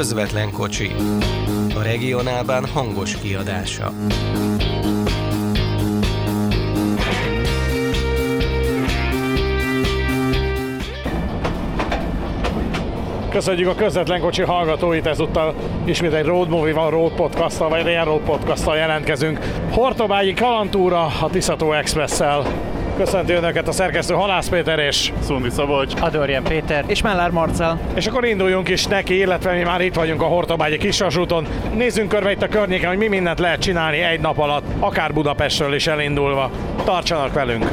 Közvetlen kocsi. A Regionálbahn hangos kiadása. Köszönjük a Közvetlen kocsi hallgatóit, ezúttal ismét egy Road Movie-val, Road Podcasttal, vagy Real Road Podcasttal jelentkezünk. Hortobágyi kalandtúra a Tiszató Expresszel. Köszönti Önöket a szerkesztő Halász Péter és Szundi Szabolcs, Adorján Péter és Mellár Marcell. És akkor induljunk is neki, illetve mi már itt vagyunk a Hortobágyi Kisvasúton. Nézzünk körbe itt a környéken, hogy mi mindent lehet csinálni egy nap alatt, akár Budapestről is elindulva. Tartsanak velünk!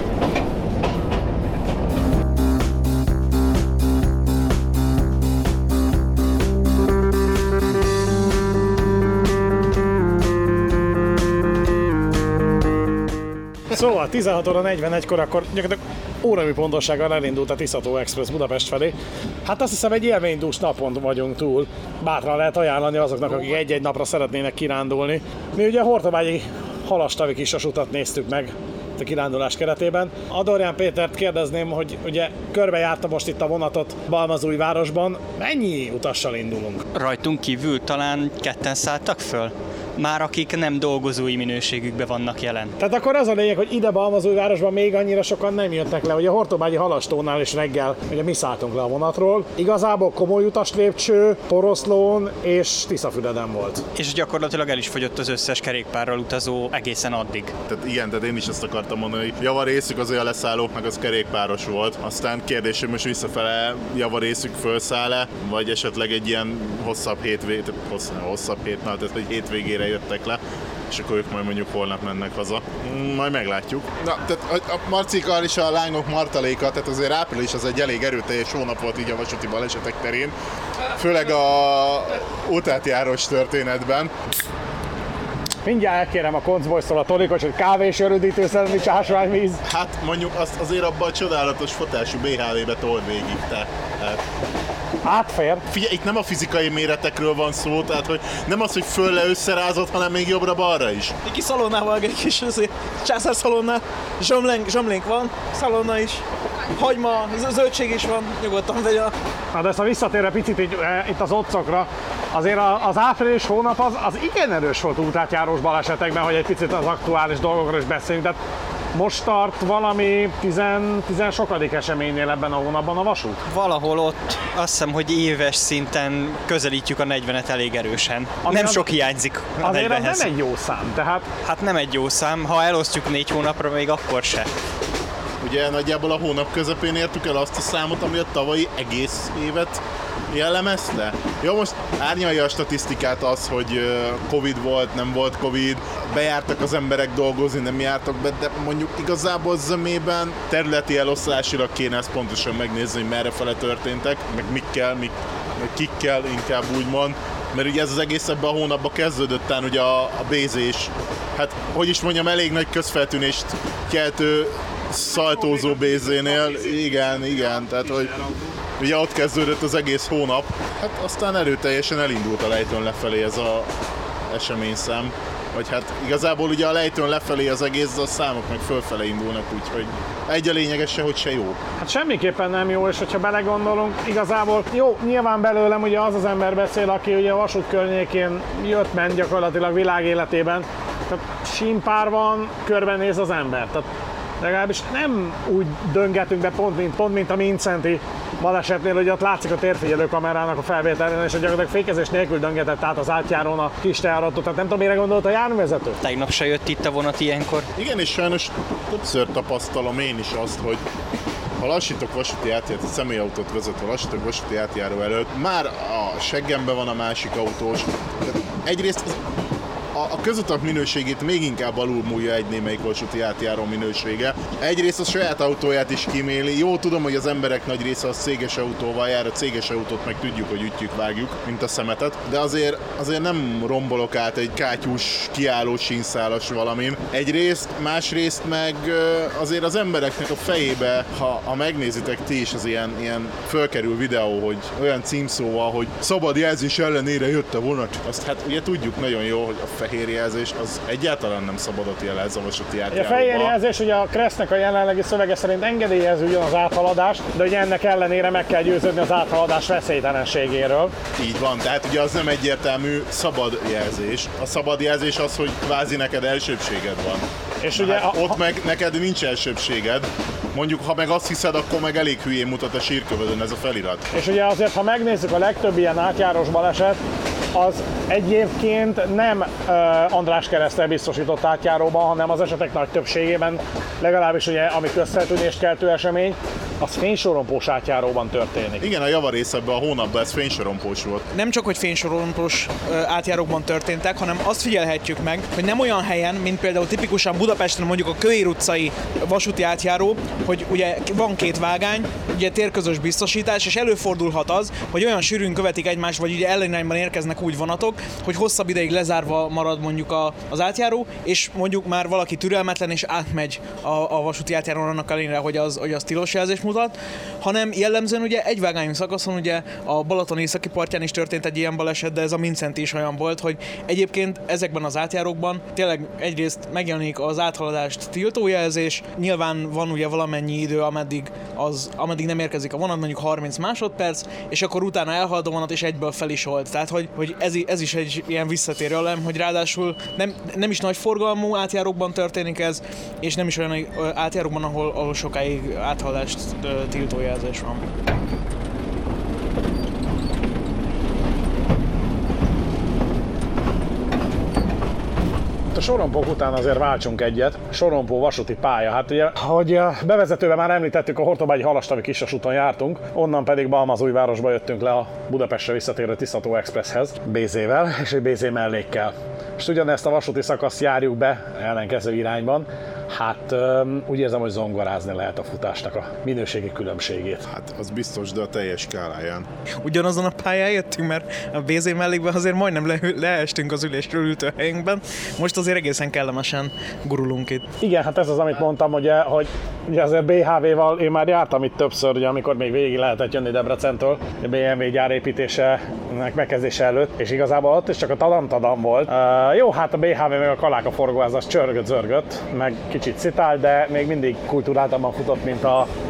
Szóval 16 óra 41-kor akkor gyakorlatilag óramű pontossággal elindult a Tiszató Express Budapest felé. Hát azt hiszem egy élménydús napon vagyunk túl. Bátran lehet ajánlani azoknak, akik egy-egy napra szeretnének kirándulni. Mi ugye a Hortobágyi Halastavi Kisvasutat néztük meg a kirándulás keretében. Adorján Pétert kérdezném, hogy ugye körbejárta most itt a vonatot Balmazújvárosban. Mennyi utassal indulunk? Rajtunk kívül talán ketten szálltak föl? Már akik nem dolgozói minőségükben vannak jelen. Tehát akkor az a lényeg, hogy ide Balmazújvárosban még annyira sokan nem jöttek le, hogy a Hortobágyi Halastónál is reggel ugye mi szálltunk le a vonatról. Igazából komoly utaslépcső, Poroszlón és Tiszafüreden volt. És gyakorlatilag el is fogyott az összes kerékpárral utazó egészen addig. Tehát igen, tehát én is ezt akartam mondani, hogy javarészük azért a leszállóknak az kerékpáros volt. Aztán kérdés, hogy most visszafele javarészük felszáll-e, vagy esetleg egy ilyen hosszabb hétnál, tehát egy hétvégére jöttek le, és akkor ők majd mondjuk holnap mennek haza. Majd meglátjuk. Na, tehát a Marcikkal is a lányok martaléka, tehát azért április az egy elég erőteljes hónap volt így a vasúti balesetek terén, főleg a útátjárós történetben. Mindjárt elkérem a koncbolysztól a tonikot, hogy kávés örödítő szendvics, ásványvíz. Hát mondjuk azt azért abban a csodálatos fotású BHV-be told végig, tehát. Átfér. Figyelj, itt nem a fizikai méretekről van szó, tehát hogy nem az, hogy fölle összerázott, hanem még jobbra-balra is. Egy kis szalonnával, egy kis császár szalonna, zsomlénk van, szalonna is, hagyma, zöldség is van, nyugodtan vegye. Na de ezt a visszatérve picit itt az otcokra, azért az április hónap az igen erős volt útátjárós balesetekben, hogy egy picit az aktuális dolgokról is beszéljünk. Tehát most tart valami 10 sokadik eseménynél ebben a hónapban a vasút? Valahol ott azt hiszem, hogy éves szinten közelítjük a 40-et elég erősen. Nem sok hiányzik a 40-hez. Azért az nem egy jó szám, tehát... Hát nem egy jó szám, ha elosztjuk 4 hónapra, még akkor se. Ugye nagyjából a hónap közepén értük el azt a számot, ami a tavalyi egész évet jellemezte. Jó, most árnyalja a statisztikát az, hogy Covid volt, nem volt Covid, bejártak az emberek dolgozni, nem jártak be, de mondjuk igazából zömében területi eloszlásilag kéne ezt pontosan megnézni, hogy merrefele történtek, meg kikkel inkább úgymond. Mert ugye ez az egész ebben a hónapban kezdődött, ugye a bézés. Hát, hogy is mondjam, elég nagy közfeltűnést keltő szaltózó bézénél. Igen, tehát hogy ugye ott kezdődött az egész hónap. Hát aztán erőteljesen elindult a lejtőn lefelé ez az eseményszám. Vagy hát igazából ugye a lejtőn lefelé az egész, a számok meg fölfele indulnak, úgyhogy egy a lényeges se, hogy se jó. Hát semmiképpen nem jó, és hogyha belegondolunk, igazából jó, nyilván belőlem ugye az ember beszél, aki ugye a vasút környékén jött-ment gyakorlatilag világéletében, tehát símpár van, körbenéz az ember. Tehát legalábbis nem úgy döngetünk be pont mint a Mincenti balesetnél, hogy ott látszik a térfigyelő kamerának a felvételén, és gyakorlatilag fékezés nélkül döngetett át az átjárón a kis teherautót, tehát nem tudom, mire gondolt a járművezető. Tegnap se jött itt a vonat ilyenkor. Igen, és sajnos többször tapasztalom én is azt, hogy ha lassítok vasúti átjáró, személyautót vezetve lassítok vasúti átjáró előtt, már a seggemben van a másik autós. Egyrészt a közutak minőségét még inkább alulmúlja egy némelyik vasúti átjáró minősége. Egyrészt a saját autóját is kíméli. Jó, tudom, hogy az emberek nagy része a céges autóval jár, a céges autót meg tudjuk, hogy ütjük, vágjuk, mint a szemetet, de azért nem rombolok át egy kátyús, kiálló sínszálas valamin. Egyrészt, másrészt meg azért az embereknek a fejébe, ha megnézitek ti is az ilyen fölkerül videó, hogy olyan címszóval, hogy szabad jelzés ellenére jött a vonat, azt hát ugye tudjuk nagyon jó, hogy a fehér jelzés, az egyáltalán nem szabadott jelez a vasúti átjáróba. A fehér jelzés, ugye a Kressznek a jelenlegi szövege szerint engedélyez ugyan az áthaladást, de ugye ennek ellenére meg kell győződni az áthaladás veszélytelenségéről. Így van, tehát ugye az nem egyértelmű szabad jelzés. A szabad jelzés az, hogy kvázi neked elsőbséged van. És ugye ott meg neked nincs elsőbséged. Mondjuk, ha meg azt hiszed, akkor meg elég hülyén mutat a sírkövödön ez a felirat. És ugye azért, ha megnézzük a legtöbb ilyen átjárós baleset, az egyébként nem András keresztel biztosított átjáróban, hanem az esetek nagy többségében, legalábbis ugye, ami közfeltűnést keltő esemény, az fénysorompós átjáróban történik. Igen, a javarész ebben a hónapban ez fénysorompós volt. Nem csak, hogy fénysorompós átjárókban történtek, hanem azt figyelhetjük meg, hogy nem olyan helyen, mint például tipikusan Budapesten mondjuk a Kőér utcai vasúti átjáró, hogy ugye van két vágány, ugye térközös biztosítás, és előfordulhat az, hogy olyan sűrűn követik egymást, vagy ugye ellenirányban érkeznek úgy vonatok, hogy hosszabb ideig lezárva marad mondjuk az átjáró, és mondjuk már valaki türelmetlen és átmegy a vasúti átjárón annak ellenére, hogy az tilos jelzés mutat, hanem jellemzően ugye egyvágányú szakaszon ugye a Balaton északi partján is történt egy ilyen baleset, de ez a Mincenti is olyan volt, hogy egyébként ezekben az átjárókban tényleg egyrészt megjelenik az áthaladást tiltó jelzés, nyilván van ugye valamennyi idő, ameddig nem érkezik a vonat, mondjuk 30 másodperc, és akkor utána elhalad a vonat és egyből fel is old. Tehát, hogy ez is egy ilyen visszatérő elem, hogy ráadásul nem is nagy forgalmú átjárókban történik ez, és nem is olyan átjárókban, ahol sokáig áthaladást tiltó jelzés van. A sorompók után azért váltsunk egyet. Sorompó vasúti pálya. Hát ugye, ahogy a bevezetőben már említettük, a Hortobágyi Halastavi Kisvas úton jártunk, onnan pedig Balmazújvárosba jöttünk le a Budapestre visszatérő Tisztató Expresshez, BZ-vel és egy BZ mellékkel. És ugyanezt a vasúti szakaszt járjuk be ellenkező irányban. Hát úgy érzem, hogy zongorázni lehet a futásnak a minőségi különbségét. Hát az biztos, de a teljes skáláján. Ugyanazon a pályán jöttünk, mert a BZ mellékben azért majdnem leestünk az ülésről ültőhelyünkben. Most azért egészen kellemesen gurulunk itt. Igen, hát ez az, amit mondtam, hogy ugye azért BHV-val én már jártam itt többször, ugye, amikor még végig lehetett jönni Debrecentől, a BMW gyárépítésének megkezdése előtt, és igazából ott is csak a tadam-tadam volt. Jó, hát a BHV meg a Kaláka forgóház az csörgött, meg kicsit szitál, de még mindig kultúráltabban futott, mint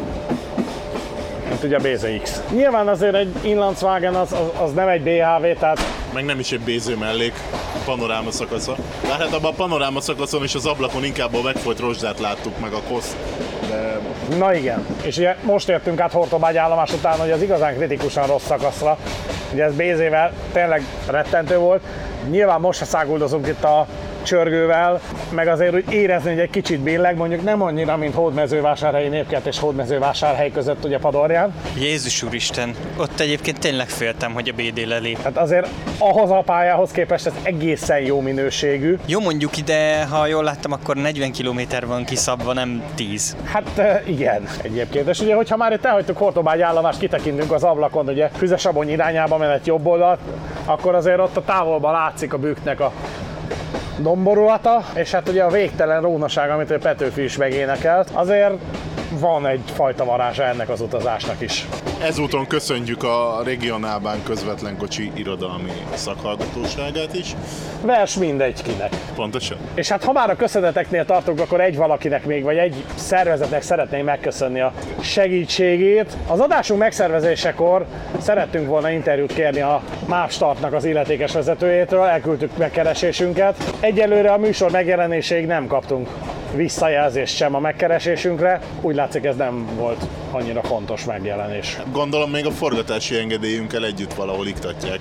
ugye a BZX. Nyilván azért egy Inlandswagen az nem egy BHV, tehát... Meg nem is egy BZ mellék panoráma szakasza. Hát abban a panoráma szakaszon és az ablakon inkább a megfolyt rozsdát láttuk, meg a koszt. De... Na igen, és ugye most értünk át Hortobágy állomás után, hogy az igazán kritikusan rossz szakaszra. Ugye ez BZ-vel tényleg rettentő volt. Nyilván most se száguldozunk itt a csörgővel, meg azért úgy érezni, hogy egy kicsit billeg, mondjuk nem annyira, mint Hódmezővásárhelyi Népkert és Hódmezővásárhely között ugye Padorján. Jézus úristen, ott egyébként tényleg féltem, hogy a BD lelép. Tehát azért ahhoz a pályához képest ez egészen jó minőségű. Jó, mondjuk ide, ha jól láttam, akkor 40 km van kiszabva, nem 10. Hát igen, egyébként. És ugye, hogyha már itt elhagytuk Hortobágy állomást, kitekintünk az ablakon, ugye Füzesabony irányába menet jobb oldalt, akkor azért ott a távolban látszik a bükknek a domborulata, és hát ugye a végtelen rónaság, amit a Petőfi is megénekelt, azért van egyfajta varázsa ennek az utazásnak is. Ezúton köszönjük a Regionálbán közvetlen kocsi irodalmi szakhallgatóságát is. Vers mindegy kinek. Pontosan. És hát ha már a köszöneteknél tartunk, akkor egy valakinek még, vagy egy szervezetnek szeretnénk megköszönni a segítségét. Az adásunk megszervezésekor szerettünk volna interjút kérni a MÁV Startnak az illetékes vezetőjétől, elküldtük megkeresésünket. Egyelőre a műsor megjelenéséig nem kaptunk visszajelzést sem a megkeresésünkre. Úgy látszik, ez nem volt annyira fontos megjelenés. Gondolom még a forgatási engedélyünkkel együtt valahol iktatják.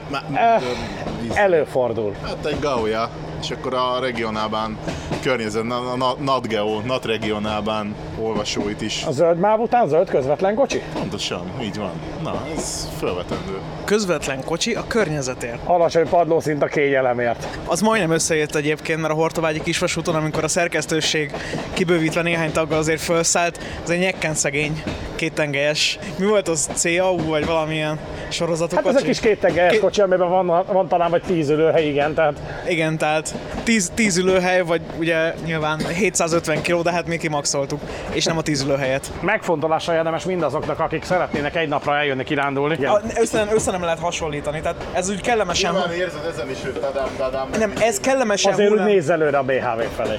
Előfordul. Hát egy Gauja, és akkor a Regionálbán környezet, NatGeo, Regionálbán olvasóit is. A zöld MÁV után zöld közvetlen kocsi? Pontosan, így van. Na, ez felvetendő. Közvetlen kocsi a környezetért. Alacsony padlószint a kényelemért. Az majdnem összejött egyébként, mert a Hortobágyi Kisvasúton, amikor a szerkesztőség kibővítve néhány taggal azért felszállt, az egy nyekken szegény, kéttengelyes. Mi volt az? CAU vagy valamilyen sorozatú hát kocsi? ez a kis kéttengelyes kocsi, amiben van talán vagy 10 ülőhely, igen, tehát... Igen, tehát 10 ülőhely, vagy ugye ugye nyilván 750 kg, de hát mi kimaxoltuk, és nem a 10 ülőhelyet. Megfontolásra érdemes mindazoknak, akik szeretnének egy napra eljönni kirándulni. Össze nem lehet hasonlítani, tehát ez úgy kellemesen... Nyilván érzed ezen is, hogy tadám. Nem, ez kellemesen Azért úgy nézz előre a BHV felé.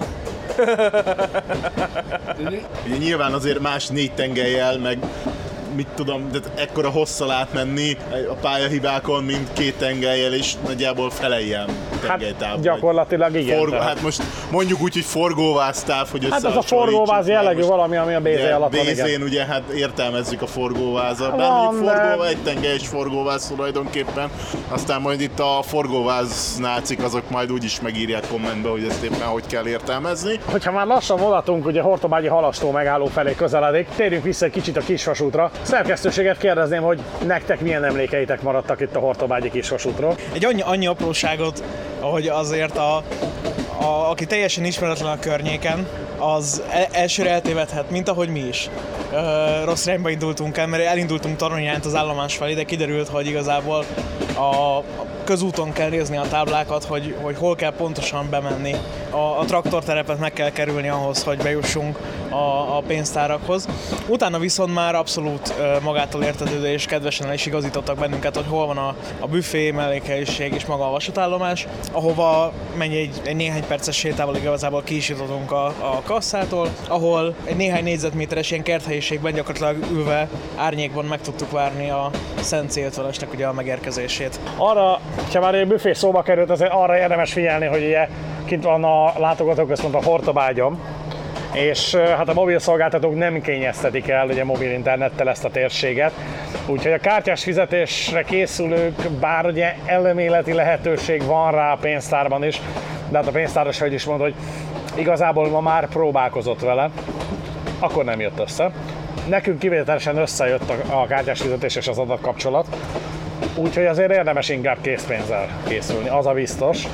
Ugye nyilván azért más 4 tengelyel, meg mit tudom, de ekkora hosszal átmenni a pályahibákon, mint 2 tengelyel, és nagyjából fele ilyen tengelytáv. Hát gyakorlatilag igen. Hát most mondjuk úgy, hogy forgóváztáv, hogy Hát az a forgóváz jellegű valami, ami a BZ alatt van, BZ-n igen. ugye hát értelmezzük a forgóvázat. Bár Van, mondjuk de... egy tengelyes forgóváz tulajdonképpen. Aztán majd itt a forgóváz nácik azok majd úgyis megírják kommentbe, hogy ezt éppen hogy kell értelmezni. Hogyha már lassan vonatunk ugye Hortobágyi halastó megálló felé közeledik, térjünk vissza egy kicsit a kisvasútra. Szerkesztőséget kérdezném, hogy nektek milyen emlékeitek maradtak itt a Hortobágyi kisvasútról? Egy annyi apróságot, hogy azért aki teljesen ismeretlen a környéken, az elsőre eltévedhet, mint ahogy mi is. Rossz irányba indultunk el, mert elindultunk Toronyánt az állomás felé, de kiderült, hogy igazából a közúton kell nézni a táblákat, hogy hol kell pontosan bemenni. A traktorterepet meg kell kerülni ahhoz, hogy bejussunk a pénztárakhoz. Utána viszont már abszolút magától értetődő és kedvesen is igazítottak bennünket, hogy hol van a büfé, mellékhelyiség és maga a vasútállomás, ahova egy néhány perces sétával igazából ki is jutottunk a kasszától, ahol egy néhány négyzetméteres ilyen kerthelyiségben gyakorlatilag ülve árnyékban meg tudtuk várni a Szent C50-esnek ugye a megérkezését. Arra, ha már egy büfé szóba került, azért arra érdemes figyelni, hogy ugye kint van a látogatóközpont a Hortobágyon, és hát a mobil szolgáltatók nem kényeztetik el ugye mobil internettel ezt a térséget. Úgyhogy a kártyás fizetésre készülők, bár ugye elméleti lehetőség van rá a pénztárban is, de hát a pénztáros hogy is mondta, hogy igazából ma már próbálkozott vele, akkor nem jött össze. Nekünk kivételesen összejött a kártyás fizetés és az adatkapcsolat, úgyhogy azért érdemes inkább készpénzzel készülni, az a biztos.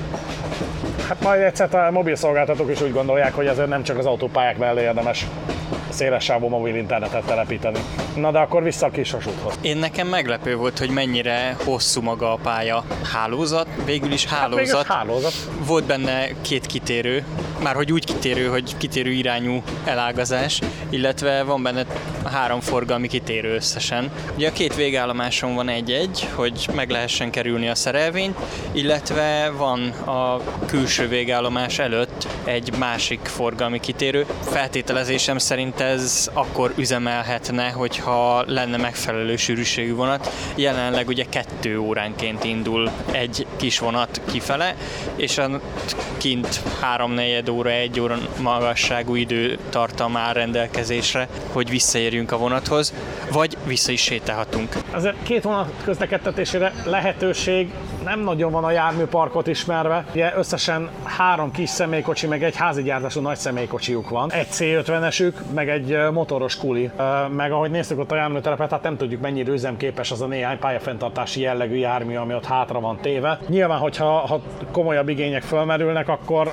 Hát majd egyszer a mobil szolgáltatók is úgy gondolják, hogy azért nem csak az autópályák mellé érdemes szélessávú mobil internetet telepíteni. Na de akkor vissza a kisvasúthoz. Én nekem meglepő volt, hogy mennyire hosszú maga a pálya hálózat, végül is hálózat. Hát hálózat. Volt benne 2 kitérő, már hogy úgy kitérő, hogy kitérő irányú elágazás, illetve van benne 3 forgalmi kitérő összesen. Ugye a 2 végállomáson van egy-egy, hogy meg lehessen kerülni a szerelvényt, illetve van a külső végállomás előtt egy másik forgalmi kitérő. Feltételezésem szerint ez akkor üzemelhetne, hogyha lenne megfelelő sűrűségű vonat. Jelenleg ugye 2 óránként indul egy kis vonat kifele, és kint 3-4 óra, 1 óra magasságú időtartam áll rendelkezésre, hogy visszaérjünk a vonathoz, vagy vissza is sétálhatunk. Azért 2 vonat közlekedtetésére lehetőség nem nagyon van a járműparkot ismerve. Ugye összesen 3 kis személykocsi, meg egy házigyártású nagy személykocsijuk van. Egy C50-esük, meg egy motoros kuli. Meg ahogy néztük ott a járműterepet, hát nem tudjuk mennyire üzemképes az a néhány pályafenntartási jellegű jármű, ami ott hátra van téve. Nyilván, hogyha komolyabb igények fölmerülnek,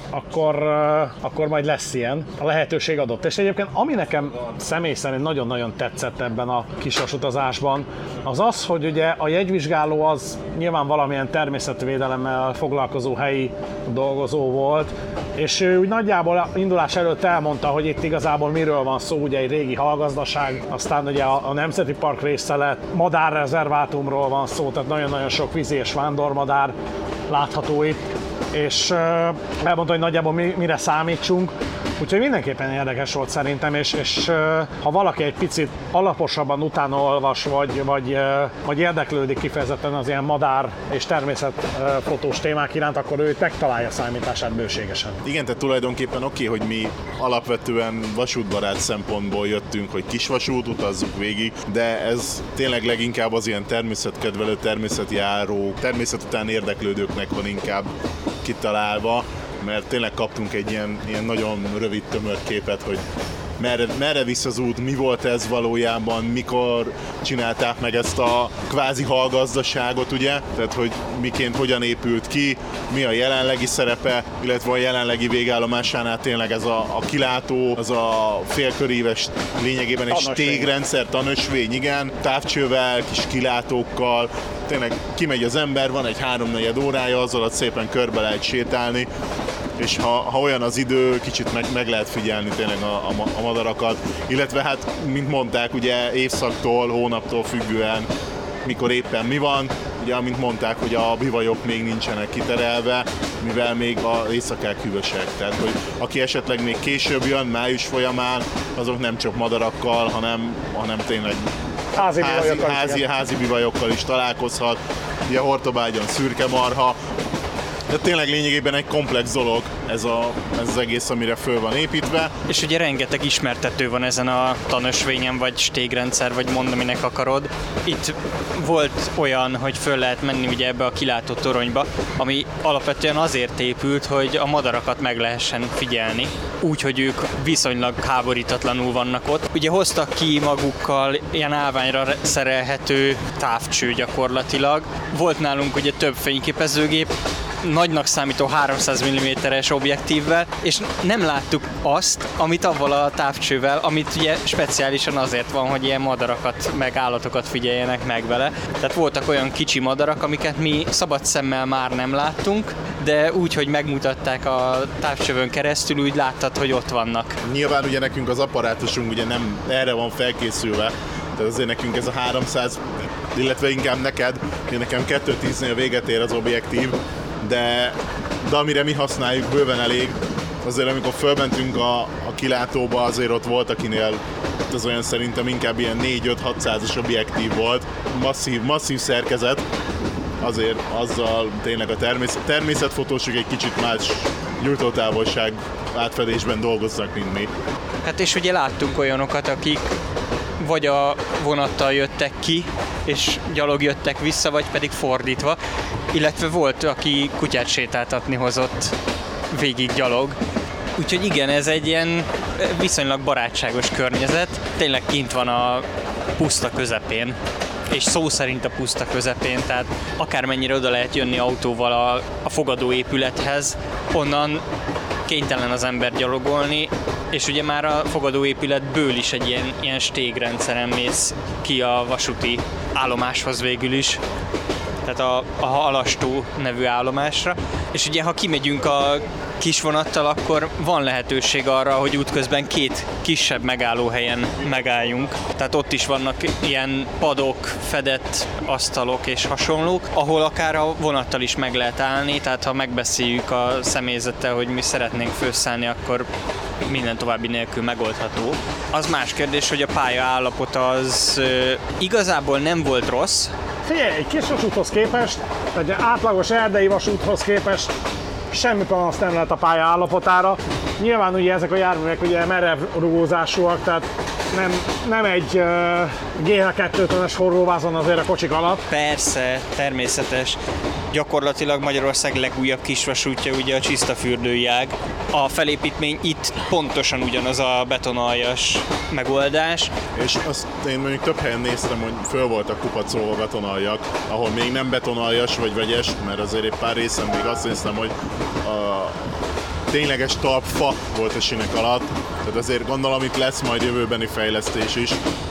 akkor majd lesz ilyen. A lehetőség adott. És egyébként ami nekem személy szerint nagyon-nagyon tetszett ebben a kisvasutazásban, az az, hogy ugye a jegyvizsgáló az nyilván valamilyen természetvédelemmel foglalkozó helyi dolgozó volt, és ő úgy nagyjából indulás előtt elmondta, hogy itt igazából miről van szó, ugye egy régi hallgazdaság, aztán ugye a Nemzeti Park része lett, madárrezervátumról van szó, tehát nagyon-nagyon sok vízi és vándormadár látható itt, és elmondta, hogy nagyjából mire számítsunk. Úgyhogy mindenképpen érdekes volt szerintem, és ha valaki egy picit alaposabban utána olvas, vagy érdeklődik kifejezetten az ilyen madár és természetfotós témák iránt, akkor ő megtalálja számítását bőségesen. Igen, tehát tulajdonképpen oké, hogy mi alapvetően vasútbarát szempontból jöttünk, hogy kisvasút, utazzuk végig, de ez tényleg leginkább az ilyen természetkedvelő, természetjáró, természet után érdeklődőknek van inkább kitalálva, mert tényleg kaptunk egy ilyen nagyon rövid, tömör képet, hogy merre visz az út, mi volt ez valójában, mikor csinálták meg ezt a kvázi hallgazdaságot, ugye? Tehát, hogy miként, hogyan épült ki, mi a jelenlegi szerepe, illetve a jelenlegi végállomásánál tényleg ez a kilátó, az a félköríves lényegében egy stégrendszer, tanösvény, igen, távcsővel, kis kilátókkal, tényleg kimegy az ember, van egy 3-4 órája, az alatt szépen körbe lehet sétálni, és ha olyan az idő, kicsit meg lehet figyelni tényleg a madarakat, illetve hát, mint mondták, ugye évszaktól, hónaptól függően, mikor éppen mi van, ugye amint mondták, hogy a bivajok még nincsenek kiterelve, mivel még az éjszakák hűvösek, tehát hogy aki esetleg még később jön, május folyamán, azok nem csak madarakkal, hanem tényleg házi bivajokkal is találkozhat, ugye Hortobágyon szürke marha, de tényleg lényegében egy komplex dolog ez az egész, amire föl van építve. És ugye rengeteg ismertető van ezen a tanösvényen, vagy stégrendszer, vagy mondd, aminek akarod. Itt volt olyan, hogy föl lehet menni ugye ebbe a kilátó toronyba, ami alapvetően azért épült, hogy a madarakat meg lehessen figyelni, úgy, hogy ők viszonylag háborítatlanul vannak ott. Ugye hoztak ki magukkal ilyen állványra szerelhető távcső gyakorlatilag. Volt nálunk ugye több fényképezőgép, nagynak számító 300 mm-es objektívvel, és nem láttuk azt, amit avval a távcsővel, amit ugye speciálisan azért van, hogy ilyen madarakat, meg állatokat figyeljenek meg vele. Tehát voltak olyan kicsi madarak, amiket mi szabad szemmel már nem láttunk, de úgy, hogy megmutatták a távcsövön keresztül, úgy láttad, hogy ott vannak. Nyilván ugye nekünk az apparátusunk ugye nem erre van felkészülve, tehát azért nekünk ez a 300, illetve inkább neked, nekem 210-nél véget ér az objektív, de amire mi használjuk, bőven elég. Azért amikor fölmentünk a kilátóba, azért ott volt, akinél az olyan szerintem inkább ilyen 4-5-600-as objektív volt, masszív szerkezet, azért azzal tényleg a természetfotósok egy kicsit más gyújtótávolság átfedésben dolgoznak, mint mi. Hát és ugye láttunk olyanokat, akik vagy a vonattal jöttek ki, és gyalog jöttek vissza, vagy pedig fordítva, illetve volt, aki kutyát sétáltatni hozott végig gyalog. Úgyhogy igen, ez egy ilyen viszonylag barátságos környezet, tényleg kint van a puszta közepén, és szó szerint a puszta közepén, tehát akármennyire oda lehet jönni autóval a fogadóépülethez, onnan kénytelen az ember gyalogolni, és ugye már a fogadóépületből is egy ilyen stégrendszer mész ki a vasúti állomáshoz végül is, tehát a Halastó nevű állomásra, és ugye ha kimegyünk a kis vonattal, akkor van lehetőség arra, hogy útközben 2 kisebb megállóhelyen megálljunk. Tehát ott is vannak ilyen padok, fedett asztalok és hasonlók, ahol akár a vonattal is meg lehet állni, tehát ha megbeszéljük a személyzettel, hogy mi szeretnénk fölszállni, akkor minden további nélkül megoldható. Az más kérdés, hogy a pálya állapota az igazából nem volt rossz. Figyelj, egy kis vasúthoz képest, egy átlagos erdei vasúthoz képest semmi panaszt nem lehet a pálya állapotára. Nyilván ugye ezek a járművek ugye merev rugózásúak, tehát nem egy GH250-es forróvázon azért a kocsik alatt. Persze, természetes. Gyakorlatilag Magyarország legújabb kisvasútja ugye a Csisztafürdői ág. A felépítmény itt pontosan ugyanaz a betonaljas megoldás. És azt én mondjuk több helyen néztem, hogy föl voltak kupacsolva betonaljak, ahol még nem betonaljas vagy vegyes, mert azért egy pár részen még azt néztem, hogy a tényleges talpfa volt a sinek alatt, tehát azért gondolom itt lesz majd jövőbeni fejlesztés is,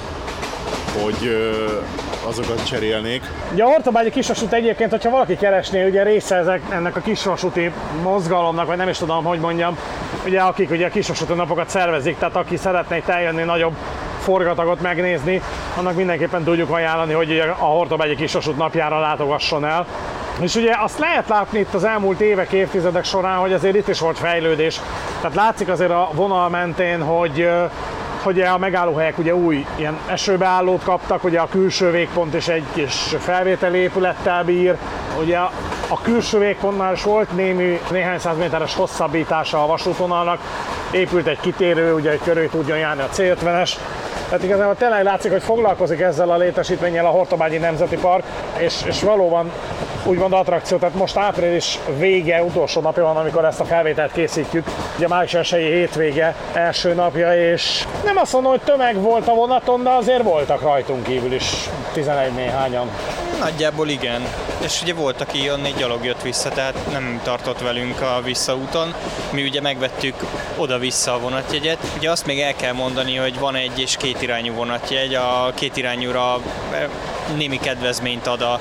hogy azokat cserélnék. Ugye a Hortobágyi kisvasút egyébként, hogyha valaki keresné, ugye része ennek a kisvasúti mozgalomnak, vagy nem is tudom, hogy mondjam, ugye akik ugye a kisvasúti napokat szervezik, tehát aki szeretne itt eljönni nagyobb forgatagot megnézni, annak mindenképpen tudjuk ajánlani, hogy ugye a Hortobágyi kisvasút napjára látogasson el. És ugye azt lehet látni itt az elmúlt évek, évtizedek során, hogy azért itt is volt fejlődés. Tehát látszik azért a vonal mentén, hogy a megállóhelyek ugye új ilyen esőbeállót kaptak, ugye a külső végpont is egy kis felvételi épülettel bír. Ugye a külső végpontnál is volt néhány száz méteres hosszabbítása a vasútvonalnak, épült egy kitérő, ugye hogy körül tudjon járni a C50-es. Tehát igazából tényleg látszik, hogy foglalkozik ezzel a létesítménnyel a Hortobágyi Nemzeti Park, és valóban úgymond attrakció, tehát most április vége, utolsó napja van, amikor ezt a felvételt készítjük. Ugye május 1-i hétvége első napja, és nem azt mondom, hogy tömeg volt a vonaton, de azért voltak rajtunk kívül is 11 néhányan. Nagyjából igen. És ugye volt, aki jönni, gyalog jött vissza, tehát nem tartott velünk a visszaúton. Mi ugye megvettük oda-vissza a vonatjegyet. Ugye azt még el kell mondani, hogy van egy és két irányú vonatjegy. A két irányúra némi kedvezményt ad a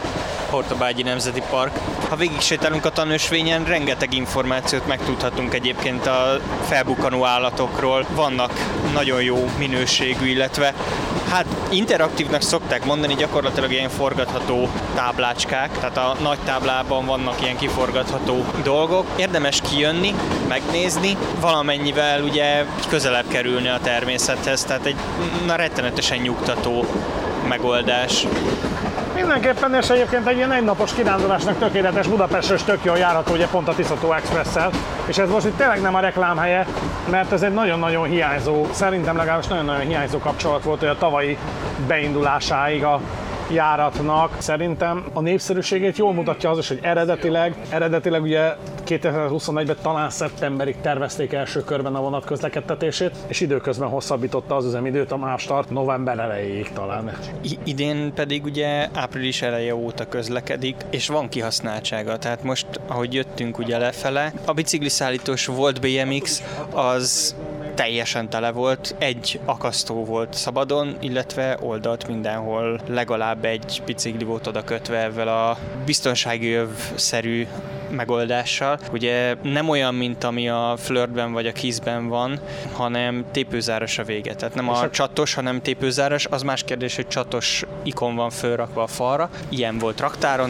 Hortobágyi Nemzeti Park. Ha végig sétálunk a tanösvényen, rengeteg információt megtudhatunk egyébként a felbukkanó állatokról. Vannak nagyon jó minőségű, illetve hát interaktívnak szokták mondani, gyakorlatilag ilyen forgatható táblácskák, tehát a nagy táblában vannak ilyen kiforgatható dolgok. Érdemes kijönni, megnézni, valamennyivel ugye közelebb kerülni a természethez, tehát egy rettenetesen nyugtató megoldás. Mindenképpen, és egyébként egy ilyen egynapos kirándulásnak tökéletes, Budapestről tök jól járható, ugye pont a Tiszató Expresszel, és ez most itt tényleg nem a reklámhelye, mert ez egy nagyon-nagyon hiányzó, szerintem legalábbis nagyon-nagyon hiányzó kapcsolat volt, hogy a tavalyi beindulásáig a járatnak. Szerintem a népszerűségét jól mutatja az is, hogy eredetileg ugye 2021-ben talán szeptemberig tervezték első körben a vonat közlekedtetését, és időközben hosszabbította az üzemidőt a MÁV-Start november elejéig talán. Idén pedig ugye április eleje óta közlekedik, és van kihasználtsága, tehát most, ahogy jöttünk ugye lefele, a bicikliszállítós Volt BMX az teljesen tele volt, egy akasztó volt szabadon, illetve oldalt mindenhol legalább egy bicikli volt oda kötve ezzel a biztonsági övszerű megoldással. Ugye nem olyan, mint ami a Flirtben vagy a Kissben van, hanem tépőzáras a vége. Tehát nem a csatos, hanem tépőzáras. Az más kérdés, hogy csatos ikon van fölrakva a falra. Ilyen volt raktáron.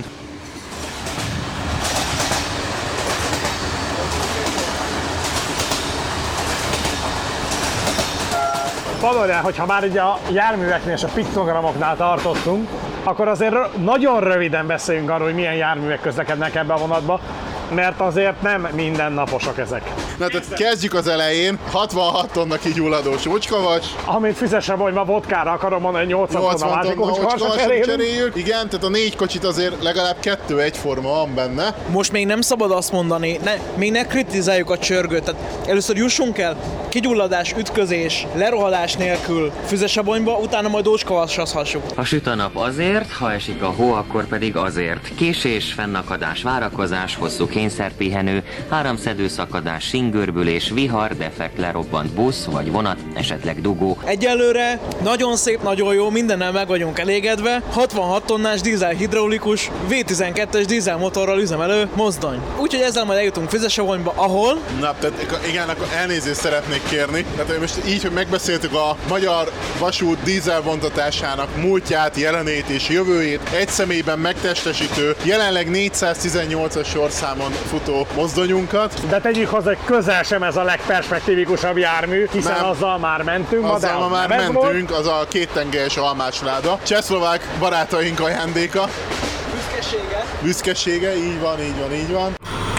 Valójában, hogyha már ugye a járműveknél és a piktogramoknál tartottunk, akkor azért nagyon röviden beszéljünk arról, hogy milyen járművek közlekednek ebbe a vonatba, mert azért nem mindennaposak ezek. Na, tehát kezdjük az elején. 66 tonna kigyulladós mocskavas. Amit Füzesebonyba vodkára akarom mondani, 80 tonna másik mocskavasra cseréljük. Igen, tehát a 4 kocsit azért legalább 2 egyforma van benne. Most még nem szabad azt mondani, még ne kritizáljuk a csörgőt. Tehát először jussunk el kigyulladás, ütközés, lerohadás nélkül Füzesebonyba, utána majd ócskavassazhassuk. Ha süt a nap azért, ha esik a hó, akkor pedig azért. Késés, fennakadás, várakozás, hosszú kényszerpihenő, áramszedőszakadás, sínggörbülés, vihar, defekt, lerobbant busz vagy vonat, esetleg dugó. Egyelőre nagyon szép, nagyon jó, mindennel meg vagyunk elégedve. 66 tonnás dízel-hidraulikus V12-es dízelmotorral üzemelő mozdony. Úgyhogy ezzel majd eljutunk Füzesebonyba, ahol... Na, tehát igen, akkor elnézést szeretnék kérni. Tehát most így, hogy megbeszéltük a magyar vasút dízelvontatásának múltját, jelenét és jövőjét egy személyben megtestesítő, jelenleg 418-as sorszámon futó mozdonyunkat. De tegyük hozzá, hogy közel sem ez a legperspektívikusabb jármű, hiszen azzal már mentünk. Azzal ma már mentünk, az a 2 tengelyes almásláda. Csehszlovák barátaink ajándéka. Büszkesége, így van.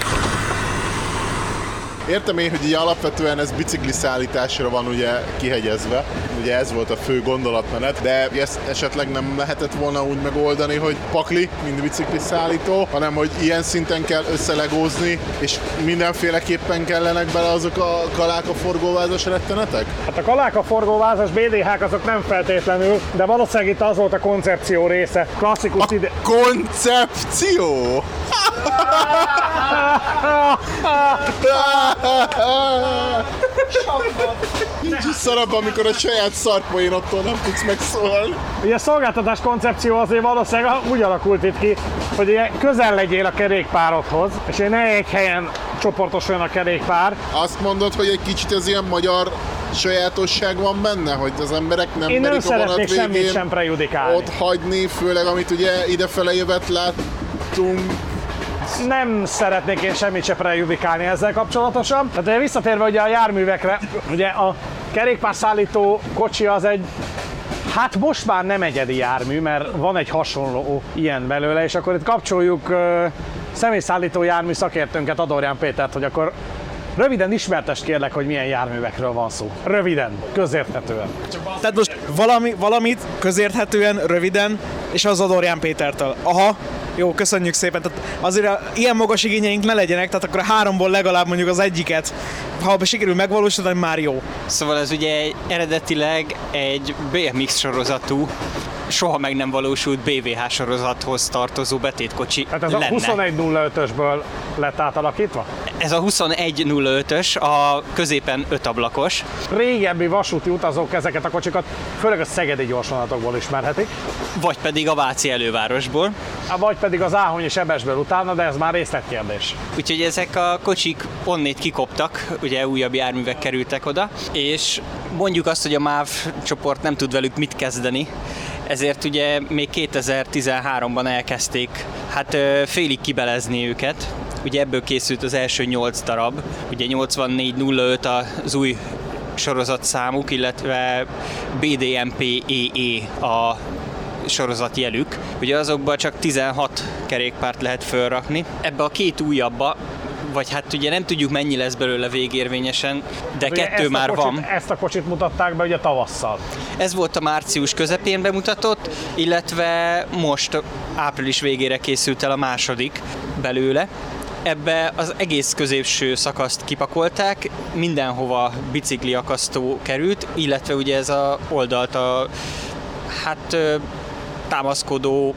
Értem én, hogy így alapvetően ez bicikliszállításra van ugye kihegyezve, ugye ez volt a fő gondolatmenet, de ezt esetleg nem lehetett volna úgy megoldani, hogy pakli, mint bicikliszállító, hanem hogy ilyen szinten kell összelegózni, és mindenféleképpen kellenek bele azok a kalákaforgóvázas rettenetek? Hát a kalákaforgóvázas BDH-k azok nem feltétlenül, de valószínűleg itt az volt a koncepció része. Klasszikus koncepció? Nincs is szarabb, amikor a saját szarpoénottól nem tudsz megszólalni. Ugye a szolgáltatás koncepció azért valószínűleg úgy alakult itt ki, hogy ugye közel legyél a kerékpárodhoz, és ne egy helyen csoportosuljon a kerékpár. Azt mondod, hogy egy kicsit ez ilyen magyar sajátosság van benne, hogy az emberek nem Én merik nem a vonat szeretnék semmit végén sem prejudikálni. ott hagyni, főleg amit ugye idefele jövet láttunk. Nem szeretnék én semmit se prejudikálni ezzel kapcsolatosan. Tehát visszatérve ugye a járművekre, ugye a kerékpárszállító kocsi az egy, hát most már nem egyedi jármű, mert van egy hasonló ilyen belőle, és akkor itt kapcsoljuk személyszállító jármű szakértőnket, Adorján Pétert, hogy akkor röviden ismertest kérlek, hogy milyen járművekről van szó. Röviden, közérthetően. Tehát most valamit közérthetően, röviden, és az Adorján Pétertől. Aha, jó, köszönjük szépen. Tehát azért ilyen magas igényeink ne legyenek, tehát akkor a 3-ból legalább mondjuk az egyiket, ha sikerül megvalósítani, már jó. Szóval ez ugye eredetileg egy BMX sorozatú, soha meg nem valósult BVH sorozathoz tartozó betétkocsi Tehát ez lenne. a 2105-ösből lett átalakítva? Ez a 2105-ös, a középen 5 ablakos. Régebbi vasúti utazók ezeket a kocsikat főleg a szegedi gyorsvonatokból ismerhetik. Vagy pedig a váci elővárosból. Vagy pedig az Áhonyi Sebesből utána, de ez már részletkérdés. Úgyhogy ezek a kocsik onnét kikoptak, ugye újabb járművek kerültek oda, és mondjuk azt, hogy a MÁV csoport nem tud velük mit kezdeni, ezért ugye még 2013-ban elkezdték félig kibelezni őket. Ugye ebből készült az első 8 darab, ugye 8405 az új sorozatszámuk, illetve BDMP-EE a sorozatjelük. Ugye azokban csak 16 kerékpárt lehet fölrakni. Ebbe a 2 újabba, vagy hát ugye nem tudjuk mennyi lesz belőle végérvényesen, de ugye 2 már van. Ezt a kocsit mutatták be ugye tavasszal. Ez volt a március közepén bemutatott, illetve most április végére készült el a második belőle. Ebbe az egész középső szakaszt kipakolták, mindenhova bicikliakasztó került, illetve ugye ez a oldalt támaszkodó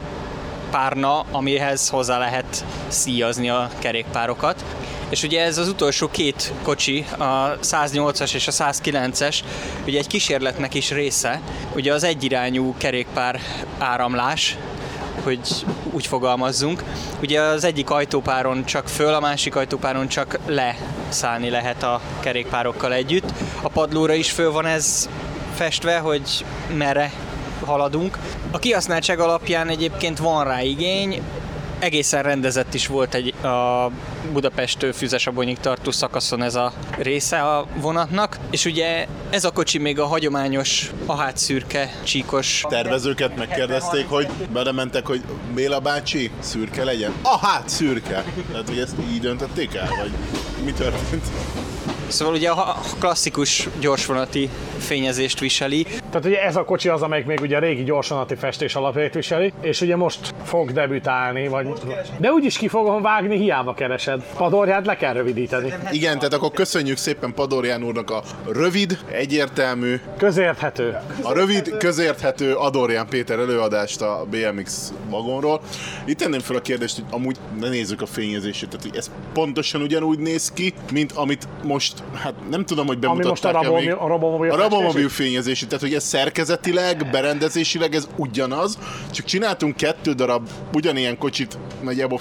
párna, amihez hozzá lehet szíjazni a kerékpárokat. És ugye ez az utolsó 2 kocsi, a 108-as és a 109-es, ugye egy kísérletnek is része, ugye az egyirányú kerékpár áramlás, hogy úgy fogalmazzunk. Ugye az egyik ajtópáron csak föl, a másik ajtópáron csak leszállni lehet a kerékpárokkal együtt. A padlóra is föl van ez festve, hogy merre haladunk. A kihasználtság alapján egyébként van rá igény, egészen rendezett is volt a Budapesttől Füzesabonyig tartó szakaszon ez a része a vonatnak, és ugye ez a kocsi még a hagyományos ahátszürke, csíkos. Tervezőket megkérdezték, hogy belementek, hogy Béla bácsi szürke legyen? Szürke! Tehát, hogy ezt így döntötték el, vagy mi történt? Szóval ugye a klasszikus gyorsvonati fényezést viseli. Tehát ugye ez a kocsi az, amelyik még ugye a régi gyorsvonati festés alapjait viseli, és ugye most fog debütálni, de úgyis ki fogom vágni, hiába keresed. Padorját le kell rövidíteni. Igen, tehát akkor köszönjük szépen Padorján úrnak a rövid, egyértelmű, közérthető. A rövid, közérthető Adorján Péter előadást a BMX vagonról. Itt tenném fel a kérdést, hogy amúgy ne nézzük a fényezését, tehát hogy ez pontosan ugyanúgy néz ki, mint amit most, hát nem tudom, hogy bemutatták még. A Robomobil fényezését, tehát hogy ez szerkezetileg, berendezésileg ez ugyanaz, csak csináltunk 2 darab ugyanilyen kocsit nagyjából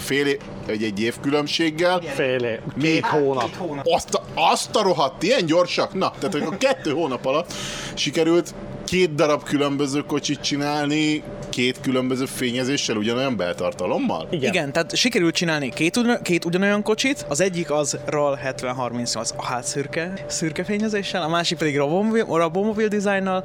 egy év különbséggel. Fél év. 2 hónap. Azt a rohadt, ilyen gyorsak? Na, tehát hogy a 2 hónap alatt sikerült 2 darab különböző kocsit csinálni, 2 különböző fényezéssel, ugyanolyan beltartalommal? Igen, tehát sikerült csinálni 2 ugyanolyan kocsit, az egyik az RAL 7038 szürke fényezéssel, a másik pedig Robomobil dizájnnal,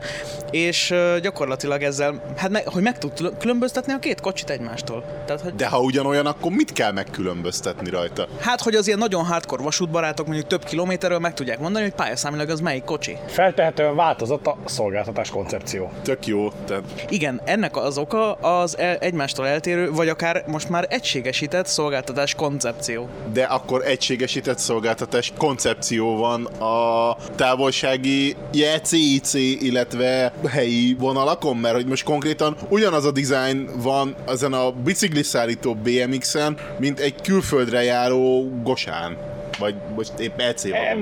és gyakorlatilag ezzel, hogy meg tud különböztetni a 2 kocsit egymástól. Tehát, hogy... De ha ugyanolyan, akkor mit kell megkülönböztetni rajta? Hát, hogy az ilyen nagyon hardcore vasútbarátok mondjuk több kilométerről meg tudják mondani, hogy pályaszámilag az melyik kocsi. Feltehetően változott a szolgáltatás koncepció. Tök jó. Tehát... Igen, ennek az oka az egymástól eltérő, vagy akár most már egységesített szolgáltatás koncepció. De akkor egységesített szolgáltatás koncepció van a távolsági CIC, illetve helyi vonalakon, mert hogy most konkrétan ugyanaz a design van ezen a bicikliszállító BMX-en, mint egy külföldre járó Gosán. Vagy most épp EC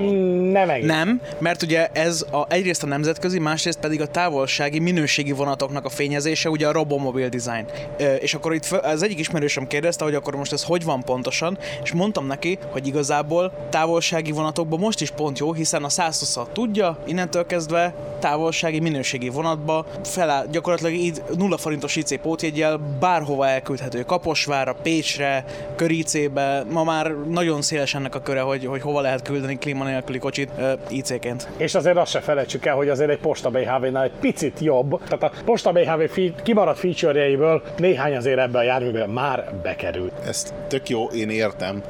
Nem, mert ugye ez egyrészt a nemzetközi, másrészt pedig a távolsági, minőségi vonatoknak a fényezése, ugye a Robomobil design. És akkor itt az egyik ismerősöm kérdezte, hogy akkor most ez hogy van pontosan, és mondtam neki, hogy igazából távolsági vonatokban most is pont jó, hiszen a 120-at tudja, innentől kezdve távolsági, minőségi vonatba feláll, gyakorlatilag így 0 forintos IC pótjeggyel bárhova elküldhető. Kaposvárra, Pécsre, Köricébe, ma már nagyon széles ennek a köre, hogy hova lehet küldeni klíma nélküli kocsit IC-ként. És azért azt se felejtsük el, hogy azért egy Posta BHV-nál egy picit jobb, tehát a Posta BHV kimaradt feature-jeiből néhány azért ebbe a járműben már bekerült. Ez tök jó, én értem.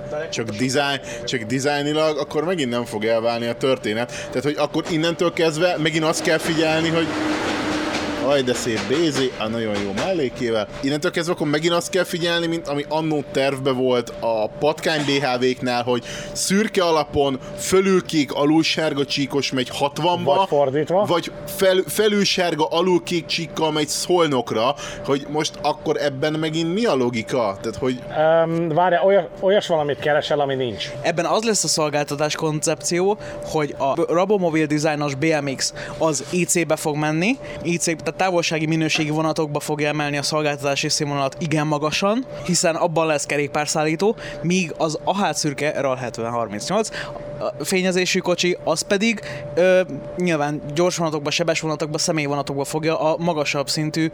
Csak dizájnilag akkor megint nem fog elválni a történet. Tehát, hogy akkor innentől kezdve megint azt kell figyelni, hogy Aj, de szép BZ, a nagyon jó mellékével. Innentől kezdve akkor megint azt kell figyelni, mint ami annó tervbe volt a patkány BHV-knál, hogy szürke alapon fölülkék, alulsárga csíkos megy 60-ba, vagy fordítva, vagy felülsárga, alulkék csíkkal megy Szolnokra, hogy most akkor ebben megint mi a logika? Tehát, hogy... Várjál, olyas valamit keresel, ami nincs. Ebben az lesz a szolgáltatás koncepció, hogy a Rabomobil dizájnos BMX az IC-be fog menni, tehát távolsági minőségi vonatokba fogja emelni a szolgáltatási színvonalat igen magasan, hiszen abban lesz kerékpárszállító, míg az AH szürke RAL 7038 fényezésű kocsi, az pedig nyilván gyors vonatokba, sebes vonatokba, személyvonatokba fogja a magasabb szintű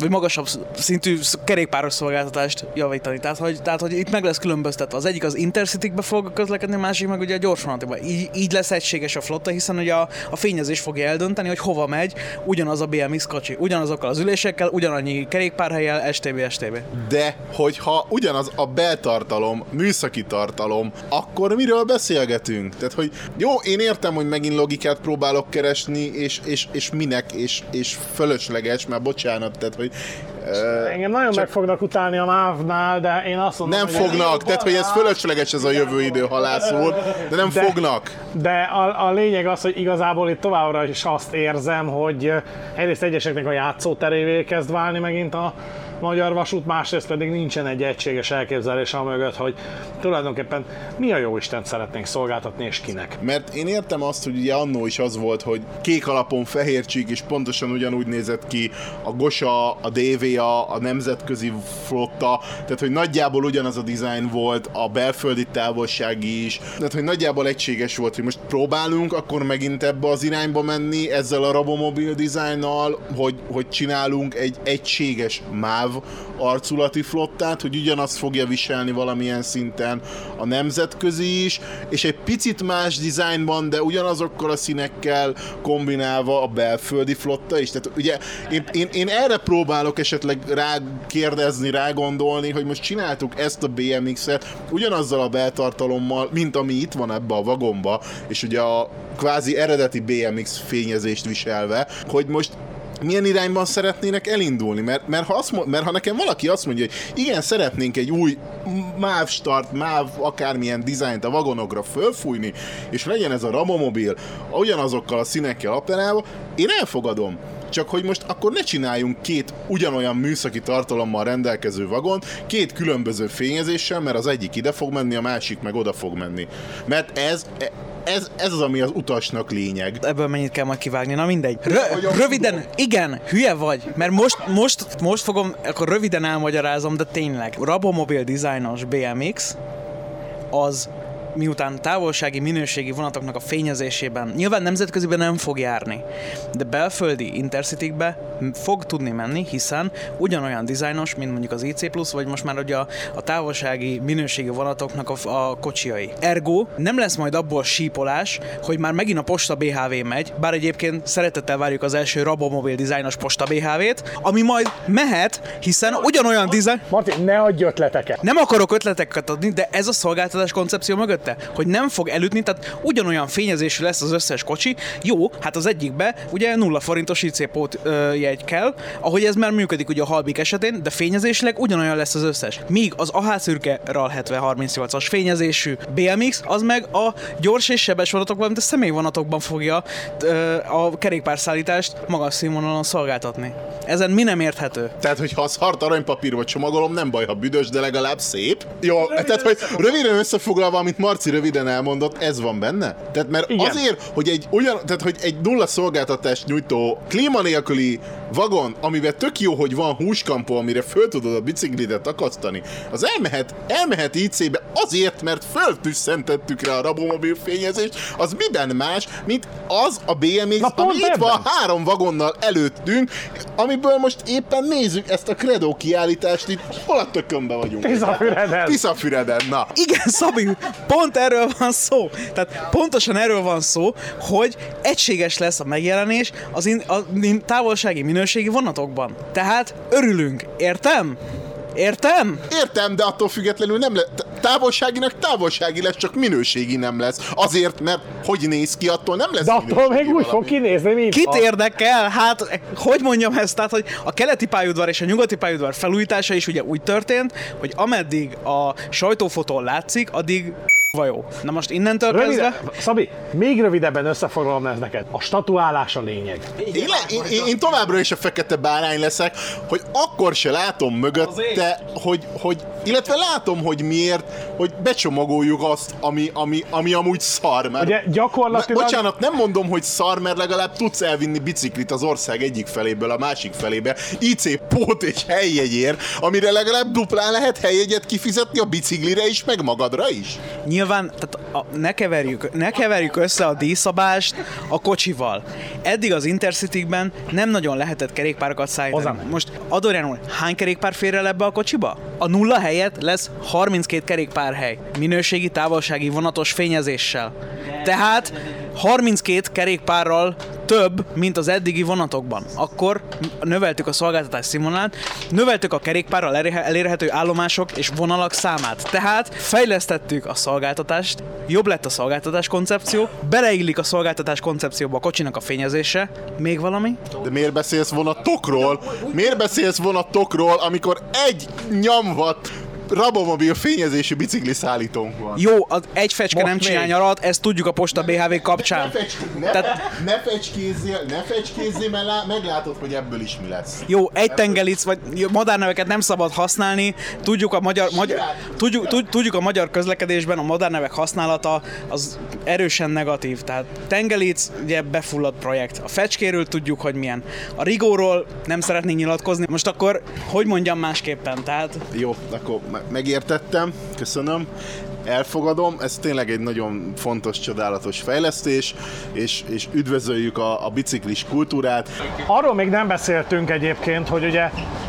kerékpáros szolgáltatást javítani. Tehát, hogy itt meg lesz különböztetve. Az egyik az Intercity-be fog közlekedni, a másik meg ugye a gyors vonatokba. Így lesz egységes a flotta, hiszen ugye a fényezés fogja eldönteni, hogy hova megy ugyanaz a BMX kocsi, ugyanazokkal az ülésekkel, ugyanannyi kerékpárhellyel, STB. De hogyha ugyanaz a beltartalom, műszaki tartalom, akkor miről beszélgetünk? Tehát, hogy jó, én értem, hogy megint logikát próbálok keresni, és minek, és fölösleges, már bocsánat, tehát, hogy... Engem nagyon meg fognak utálni a MÁV-nál, de én azt mondom, nem fognak, tehát, hogy ez fölösleges ez a jövő idő halászul, de nem fognak. De a lényeg az, hogy igazából itt továbbra is azt érzem, hogy egyrészt egyeseknek a játszóterévé kezd válni megint a Magyar Vasút, másrészt pedig nincsen egy egységes elképzelés amögött, hogy tulajdonképpen mi a jóisten szeretnénk szolgáltatni, és kinek. Mert én értem azt, hogy ugye annó is az volt, hogy kék alapon fehér csík, és pontosan ugyanúgy nézett ki a Gosa, a DVA, a nemzetközi flotta, tehát hogy nagyjából ugyanaz a dizájn volt, a belföldi távolsági is, tehát hogy nagyjából egységes volt, hogy most próbálunk akkor megint ebbe az irányba menni ezzel a Rabomobil dizájnnal, hogy csinálunk egy egységes MÁV arculati flottát, hogy ugyanazt fogja viselni valamilyen szinten a nemzetközi is, és egy picit más dizájnban, de ugyanazokkal a színekkel kombinálva a belföldi flotta is. Tehát ugye én erre próbálok esetleg rákérdezni, rágondolni, hogy most csináltuk ezt a BMX-et ugyanazzal a beltartalommal, mint ami itt van ebbe a vagomba, és ugye a kvázi eredeti BMX fényezést viselve, hogy most milyen irányban szeretnének elindulni, mert ha nekem valaki azt mondja, hogy igen, szeretnénk egy új MÁV start, MÁV akármilyen dizájnt a vagonokra fölfújni, és legyen ez a Rabomobil ugyanazokkal a színekkel operálva, én elfogadom. Csak hogy most akkor ne csináljunk két ugyanolyan műszaki tartalommal rendelkező vagont, két különböző fényezéssel, mert az egyik ide fog menni, a másik meg oda fog menni. Mert ez az, ami az utasnak lényeg. Ebből mennyit kell majd kivágni, na mindegy. Röviden, igen, hülye vagy, mert most fogom, akkor röviden elmagyarázom, de tényleg. Rabomobil dizájnos BMX az miután távolsági minőségi vonatoknak a fényezésében nyilván nemzetköziben nem fog járni, de belföldi Intercity-kbe fog tudni menni, hiszen ugyanolyan dizájnos, mint mondjuk az IC+, vagy most már ugye a távolsági minőségi vonatoknak a kocsiai. Ergo nem lesz majd abból sípolás, hogy már megint a Posta BHV megy, bár egyébként szeretettel várjuk az első Rabomobil dizájnos Posta BHV-t, ami majd mehet, hiszen ugyanolyan dizájn... Marti, ne adj ötleteket! Nem akarok ötleteket adni, de ez a szolgáltatás koncepció mögött, hogy nem fog elütni, tehát ugyanolyan fényezésű lesz az összes kocsi. Jó, hát az egyikbe ugye 0 forintos IC pót jegy kell, ahogy ez már működik ugye a Halbik esetén, de fényezésleg ugyanolyan lesz az összes. Míg az AH szürke RAL 7038-as fényezésű BMX, az meg a gyors és sebes vonatokban, mint a személyvonatokban fogja a kerékpárszállítást magas színvonalon szolgáltatni. Ezen mi nem érthető? Tehát, hogy ha a szart aranypapírba csomagolom, nem baj, ha büdös, de legalább szép. Jó, tehát, hogy röviden összefoglalva, amit Marci röviden elmondott, ez van benne? Tehát, mert igen. Azért, hogy egy nulla szolgáltatást nyújtó klíma nélküli vagon, amivel tök jó, hogy van húskampó, amire föl tudod a biciklidet akasztani, az elmehet IC-be azért, mert föltüsszentettük rá a Rabomobil fényezést, az miben más, mint az a BMX, ami itt van 3 vagonnal előttünk, amiből most éppen nézzük ezt a Credo kiállítást, itt hol a tökönbe vagyunk? Tiszafüreden, na. Igen, Szabi, pont erről van szó. Tehát pontosan erről van szó, hogy egységes lesz a megjelenés a távolsági minőségi vonatokban. Tehát örülünk. Értem? Értem? Értem, de attól függetlenül nem távolsági lesz, csak minőségi nem lesz. Azért, mert hogy néz ki, attól nem lesz. De attól még úgy fog kinézni, mint Kit érdekel? Hát, hogy mondjam ezt? Tehát, hogy a keleti pályaudvar és a nyugati pályaudvar felújítása is ugye úgy történt, hogy ameddig a sajtófotón látszik, addig jó. Na most innentől kezdve... Szabi, még rövidebben összefoglalom ez neked. A statuálás a lényeg. Én továbbra is a fekete bárány leszek, hogy akkor se látom mögötte, illetve látom, hogy miért, hogy becsomagoljuk azt, ami amúgy szar. Mert, ugye gyakorlatilag... Bocsánat, nem mondom, hogy szar, mert legalább tudsz elvinni biciklit az ország egyik feléből a másik felébe, IC pót és helyjegyért, amire legalább duplán lehet helyjegyet kifizetni a biciklire is, meg magadra is. Nyilván, tehát ne keverjük össze a díjszabást a kocsival. Eddig az Intercity-ben nem nagyon lehetett kerékpárokat szállítani. Hozzám. Most Adorján, hány kerékpár fér el ebbe a kocsiba? A 0 helyett lesz 32 kerékpárhely. Minőségi, távolsági, vonatos fényezéssel. Tehát 32 kerékpárral több, mint az eddigi vonatokban. Akkor növeltük a szolgáltatás színvonalát, növeltük a kerékpárral elérhető állomások és vonalak számát. Tehát fejlesztettük a szolgáltatást, jobb lett a szolgáltatás koncepció, beleillik a szolgáltatás koncepcióba a kocsinak a fényezése. Még valami? De miért beszélsz vonatokról? Miért beszélsz vonatokról, amikor egy nyomvat Rabomobil fényezésű bicikli szállítónk van? Jó, az egy fecske most nem csinál még. nyarat, ezt tudjuk a Posta BHV kapcsán. Ne fecskézzél, mert meglátod, hogy ebből is mi lesz. Jó, egy tengelic, vagy madárneveket nem szabad használni, tudjuk a magyar közlekedésben a madárnevek használata az erősen negatív, tehát tengelic, ugye befulladt projekt. A fecskéről tudjuk, hogy milyen. A rigóról nem szeretnénk nyilatkozni, most akkor hogy mondjam másképpen, tehát... Jó, akkor megértettem, köszönöm. Elfogadom, ez tényleg egy nagyon fontos, csodálatos fejlesztés, és üdvözöljük a biciklis kultúrát. Arról még nem beszéltünk egyébként, hogy ugye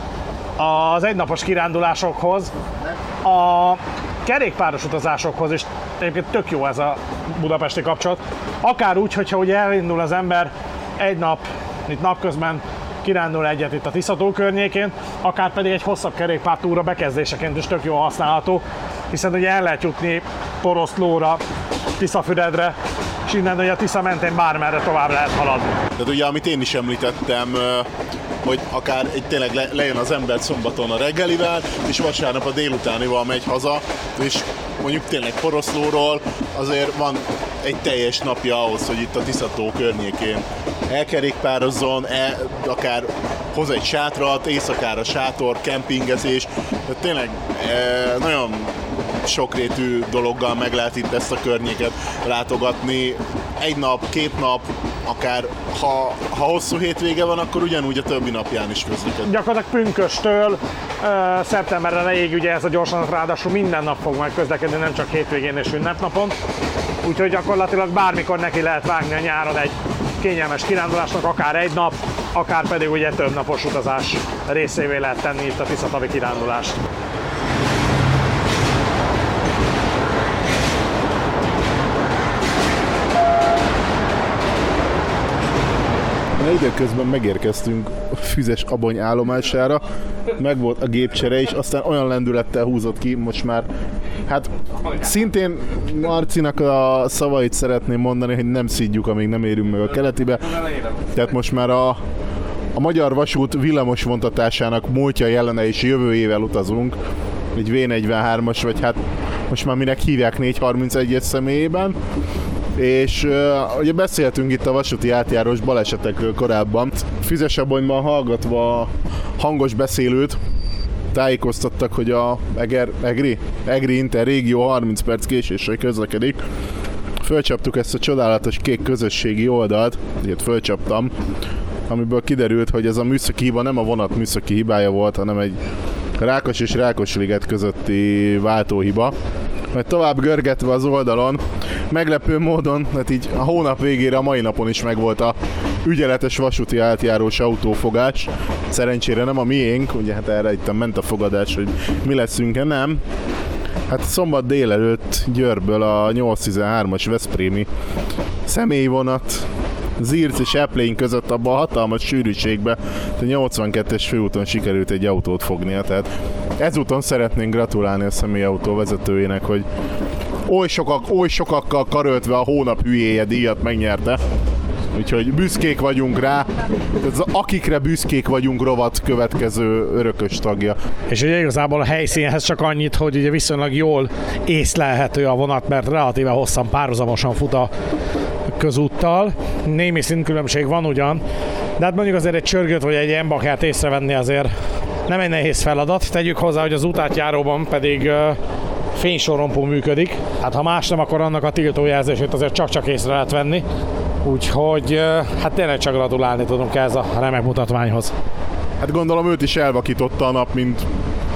az egynapos kirándulásokhoz, a kerékpáros utazásokhoz is egyébként tök jó ez a budapesti kapcsolat. Akár úgy, hogyha ugye elindul az ember egy nap, itt napközben kirándul egyet itt a Tisza-tó környékén, akár pedig egy hosszabb kerékpártúra bekezdéseként is tök jól használható, hiszen ugye el lehet jutni Poroszlóra, Tiszafüredre, és innen ugye a Tisza mentén bármerre tovább lehet haladni. Tehát ugye, amit én is említettem, hogy akár tényleg lejön az ember szombaton a reggelivel, és vasárnap a délutánival megy haza, és mondjuk tényleg Poroszlóról azért van egy teljes napja ahhoz, hogy itt a Tisza-tó környékén elkerékpározzon, akár hoz egy sátrat, éjszakára sátor, kempingezés, tehát tényleg nagyon sokrétű dologgal meg lehet itt ezt a környéket látogatni. Egy nap, 2 nap, akár ha hosszú hétvége van, akkor ugyanúgy a többi napján is közlekedik. Gyakorlatilag pünköstől szeptember elejéig ugye ez a gyorsanat ráadásul minden nap fog majd közlekedni, nem csak hétvégén és ünnepnapon. Úgyhogy gyakorlatilag bármikor neki lehet vágni a nyáron egy kényelmes kirándulásnak, akár egy nap, akár pedig ugye több napos utazás részévé lehet tenni itt a Tisza-tavi kirándulást. Időközben megérkeztünk a Füzes-Abony állomására, meg volt a gépcsere is, aztán olyan lendülettel húzott ki, most már, hát szintén Marcinak a szavait szeretném mondani, hogy nem szidjuk, amíg nem érünk meg a keletibe, tehát most már a Magyar Vasút villamos vontatásának múltja, jelene és jövőjével utazunk, egy V43-as, vagy hát most már minek hívják 431-es személyében. És ugye beszéltünk itt a vasúti átjárós balesetekről korábban. Füzes-Abonyban hallgatva a hangos beszélőt tájékoztattak, hogy a Egri Interrégió 30 perc késéssel közlekedik. Fölcsaptuk ezt a csodálatos kék közösségi oldalt, ilyet fölcsaptam, amiből kiderült, hogy ez a műszaki hiba nem a vonat műszaki hibája volt, hanem egy Rákos és Rákosliget közötti váltóhiba. Mert tovább görgetve az oldalon, meglepő módon, hát így a hónap végére, a mai napon is megvolt a ügyeletes vasúti átjárós autófogás. Szerencsére nem a miénk, ugye hát erre itt ment a fogadás, hogy mi leszünk-e, nem. Hát szombat délelőtt Győrből a 813-as veszprémi személyvonat Zirc és Eplény között abban a hatalmas sűrűségbe a 82-es főúton sikerült egy autót fognia, tehát ezúton szeretnénk gratulálni a személyautó vezetőjének, hogy oly sokakkal karöltve a hónap hülyéje díjat megnyerte. Úgyhogy büszkék vagyunk rá, ez akikre büszkék vagyunk rovat következő örökös tagja. És ugye igazából a helyszínhez csak annyit, hogy ugye viszonylag jól észlelhető a vonat, mert relatíve hosszan párhuzamosan fut a közúttal. Némi szintkülönbség van ugyan, de hát mondjuk azért egy csörgőt vagy egy embakert észrevenni azért nem egy nehéz feladat. Tegyük hozzá, hogy az útátjáróban pedig fénysorompó működik. Hát ha más nem, akkor annak a tiltójelzését azért csak észre lehet venni. Úgyhogy hát tényleg csak gratulálni tudunk ez a remek mutatványhoz. Hát gondolom őt is elvakította a nap, mint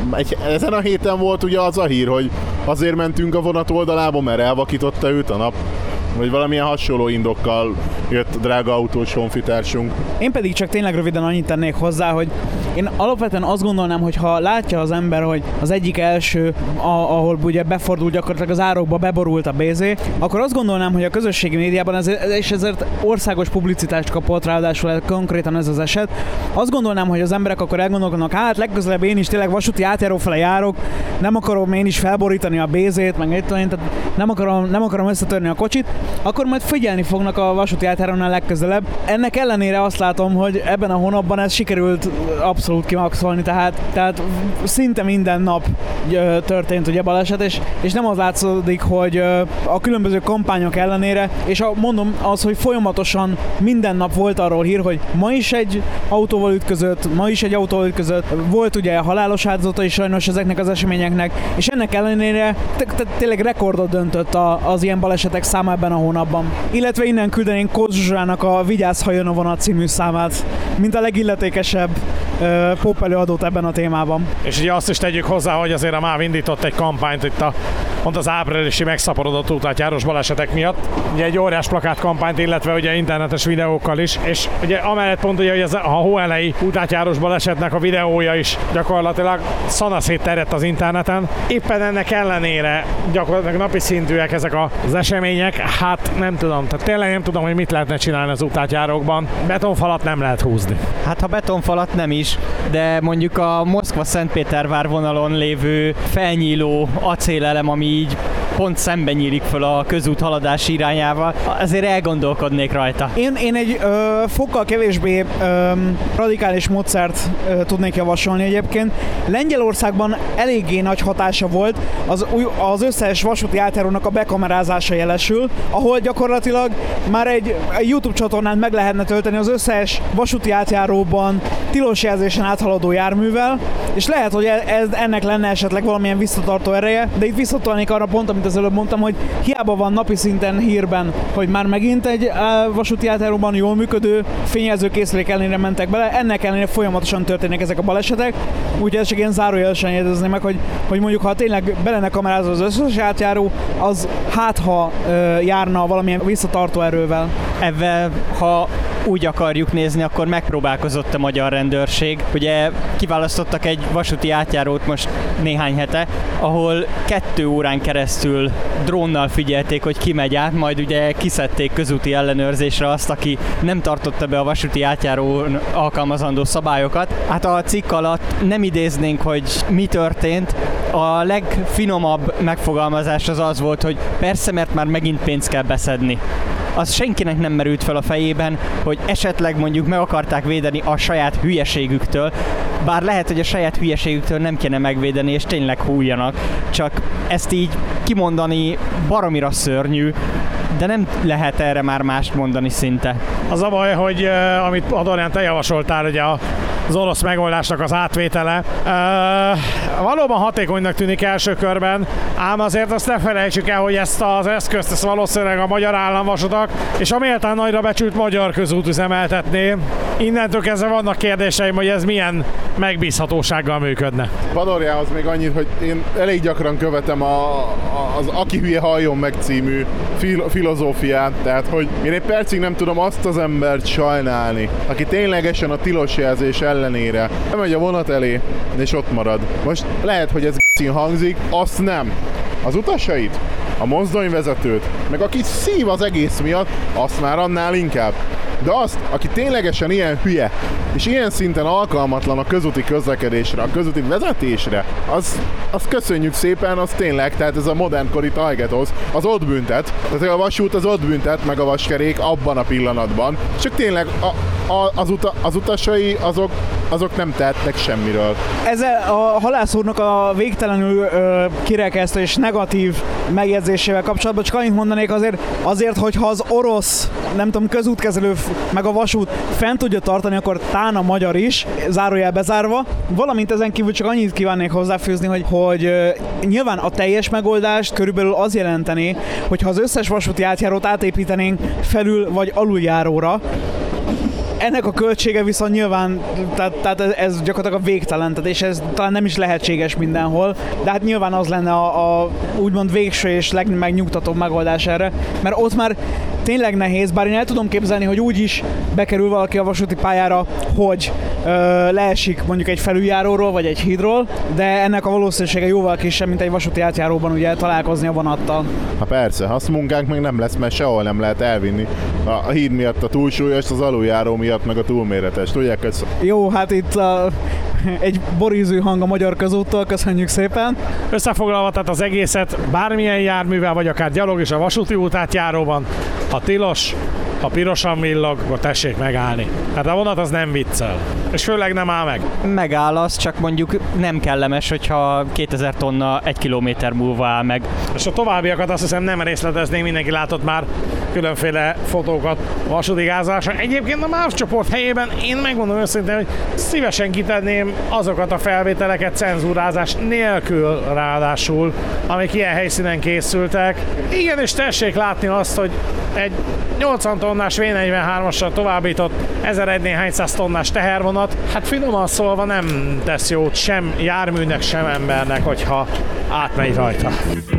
ezen a héten volt ugye az a hír, hogy azért mentünk a vonat oldalába, mert elvakította őt a nap. Vagy valamilyen hasonló indokkal jött a drága autós honfitársunk. Én pedig csak tényleg röviden annyit tennék hozzá, hogy én alapvetően azt gondolnám, hogy ha látja az ember, hogy az egyik első, ahol ugye befordult gyakorlatilag az árokba, beborult a BZ, akkor azt gondolnám, hogy a közösségi médiában, és ezért országos publicitást kapott, ráadásul konkrétan ez az eset, azt gondolnám, hogy az emberek akkor elgondolkodnak, hát legközelebb én is tényleg vasúti átjáró fele járok, nem akarom én is felborítani a BZ-t, meg tehát nem akarom összetörni a kocsit, akkor majd figyelni fognak a vasúti átjárónál legközelebb. Ennek ellenére azt látom, hogy ebben a hónapban ez sikerült abszolút kimaxolni, tehát szinte minden nap történt ugye baleset, és nem az látszódik, hogy a különböző kampányok ellenére, és mondom az, hogy folyamatosan minden nap volt arról hír, hogy ma is egy autóval ütközött, volt ugye halálos áldozata is sajnos ezeknek az eseményeknek, és ennek ellenére tényleg rekordot döntött az ilyen balesetek száma ebben a hónapban. Illetve innen küldenén Kóz Zsuzsának a Vigyázz, ha jön a vonat című számát, mint a legilletékesebb pópelőadót ebben a témában. És ugye azt is tegyük hozzá, hogy azért a MÁV indított egy kampányt itt pont az áprilisi megszaporodott útátjárós balesetek miatt. Ugye egy óriás plakátkampányt, illetve ugye internetes videókkal is, és ugye amellett pont ugye, hogy a hóelei útátjárós balesetnek a videója is gyakorlatilag szanaszét terjedt az interneten. Éppen ennek ellenére gyakorlatilag napi szintűek ezek az események, hát nem tudom, tehát tényleg nem tudom, hogy mit lehetne csinálni az útátjárókban. Betonfalat nem lehet húzni. Hát ha betonfalat nem is, de mondjuk a Moszkva-Szentpétervár vonalon lévő felnyíló acélelem, ami így pont szemben nyílik föl a közút haladási irányával, azért elgondolkodnék rajta. Én egy fokkal kevésbé radikális módszert tudnék javasolni egyébként. Lengyelországban eléggé nagy hatása volt az összes vasúti átjárónak a bekamerázása jelesül, ahol gyakorlatilag már egy YouTube csatornán meg lehetne tölteni az összes vasúti átjáróban tilos jelzésen áthaladó járművel, és lehet, hogy ennek lenne esetleg valamilyen visszatartó ereje, de itt visszatolnék arra pont, amit az előbb mondtam, hogy hiába van napi szinten hírben, hogy már megint egy vasúti átjáróban jól működő fényjelző készülék ellenére mentek bele, ennek ellenére folyamatosan történnek ezek a balesetek, úgyhogy ezt csak ilyen zárójelesen jegyezni meg, hogy mondjuk ha tényleg be lenne kamerázva az összes átjáró, az ha járna valamilyen visszatartó erővel. Ebben, ha úgy akarjuk nézni, akkor megpróbálkozott a magyar rendőrség. Ugye kiválasztottak egy vasúti átjárót most néhány hete, ahol 2 órán keresztül drónnal figyelték, hogy ki megy át, majd ugye kiszedték közúti ellenőrzésre azt, aki nem tartotta be a vasúti átjárón alkalmazandó szabályokat. Hát a cikk alatt nem idéznénk, hogy mi történt. A legfinomabb megfogalmazás az volt, hogy persze, mert már megint pénzt kell beszedni. Az senkinek nem merült fel a fejében, hogy esetleg mondjuk meg akarták védeni a saját hülyeségüktől, bár lehet, hogy a saját hülyeségüktől nem kéne megvédeni, és tényleg hújjanak. Csak ezt így kimondani baromira szörnyű, de nem lehet erre már mást mondani szinte. Az a baj, hogy amit Adorján te javasoltál, ugye az orosz megoldásnak az átvétele. Valóban hatékonynak tűnik első körben, ám azért azt ne felejtsük el, hogy ezt az eszközt ezt valószínűleg a magyar államvasutak és a méltán nagyra becsült magyar közút üzemeltetné. Innentől kezdve vannak kérdéseim, hogy ez milyen megbízhatósággal működne. Padorjához még annyit, hogy én elég gyakran követem az Aki hülye halljon meg című filozófiát, tehát hogy én egy percig nem tudom azt az embert sajnálni, aki ténylegesen a tilos jelzés ellenére bemegy a vonat elé, és ott marad. Most lehet, hogy ez hangzik, azt nem. Az utasait, a mozdonyvezetőt, meg aki szív az egész miatt, azt már annál inkább. De azt, aki ténylegesen ilyen hülye, és ilyen szinten alkalmatlan a közúti közlekedésre, a közúti vezetésre, az köszönjük szépen, az tényleg, tehát ez a modernkori tajgetosz, az ott büntet, tehát a vasút az ott büntet, meg a vaskerék abban a pillanatban, csak tényleg az utasai azok nem tehetnek semmiről. Ezzel a Halász úrnak a végtelenül kirekesztő és negatív megjegyzésével kapcsolatban csak annyit mondanék azért, hogyha az orosz, nem tudom, közútkezelő meg a vasút fent tudja tartani, akkor tán a magyar is, zárójel bezárva. Valamint ezen kívül csak annyit kívánnék hozzáfűzni, hogy nyilván a teljes megoldást körülbelül az jelenteni, hogyha az összes vasúti átjárót átépítenénk felül vagy aluljáróra. Ennek a költsége viszont nyilván, tehát ez gyakorlatilag a végtelen, és ez talán nem is lehetséges mindenhol, de hát nyilván az lenne a úgymond végső és legmegnyugtatóbb megoldás erre, mert ott már tényleg nehéz, bár én el tudom képzelni, hogy úgy is bekerül valaki a vasúti pályára, hogy leesik mondjuk egy felüljáróról vagy egy hídról, de ennek a valószínűsége jóval kisebb, mint egy vasúti átjáróban ugye találkozni a vonattal. Ha persze, azt munkánk meg nem lesz, mert sehol nem lehet elvinni. A híd miatt a túlsúlyos, az aluljáró miatt meg a túlméretes, tudják ezt? Jó, hát itt egy borízű hang a magyar közúttól, köszönjük szépen. Összefoglalva tehát az egészet, bármilyen járművel, vagy akár gyalog is a vasúti útátjáróban, ha tilos, ha pirosan villog, akkor tessék megállni. Hát a vonat az nem viccel. És főleg nem áll meg. Megáll az, csak mondjuk nem kellemes, hogyha 2000 tonna 1 kilométer múlva áll meg. És a továbbiakat azt hiszem nem részleteznénk, mindenki látott már különféle fotókat vasúti gázolásra. Egyébként a MÁV csoport helyében én megmondom őszintén, hogy szívesen kitenném azokat a felvételeket cenzúrázás nélkül ráadásul, amik ilyen helyszínen készültek. Igen, és tessék látni azt, hogy egy 80 tonnás V43-assal továbbított 1001 néhány száz tonnás tehervonat, hát finoman szólva nem tesz jót sem járműnek, sem embernek, hogyha átmegy rajta.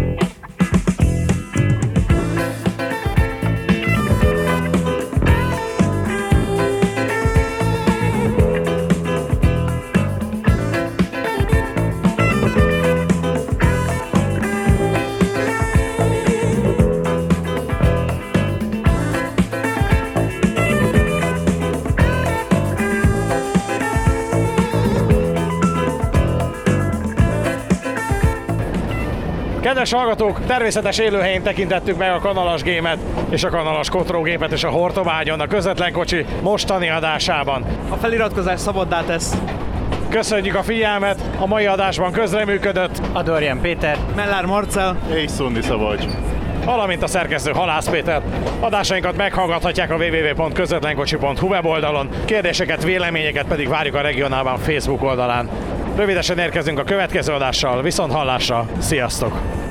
Kedves hallgatók, természetes élőhelyén tekintettük meg a kanalas gémet és a kanalas kotrógépet és a Hortobágyon a közvetlen kocsi mostani adásában. A feliratkozás szabaddá tesz. Köszönjük a figyelmet, a mai adásban közreműködött A Dorján Péter, Mellár Marcell És Szundi Szabolcs. valamint a szerkesztő Halász Péter. Adásainkat meghallgathatják a www.közvetlenkocsi.hu weboldalon, kérdéseket, véleményeket pedig várjuk a Regionálban Facebook oldalán. Rövidesen érkezünk a következő adással, viszont hallásra, sziasztok!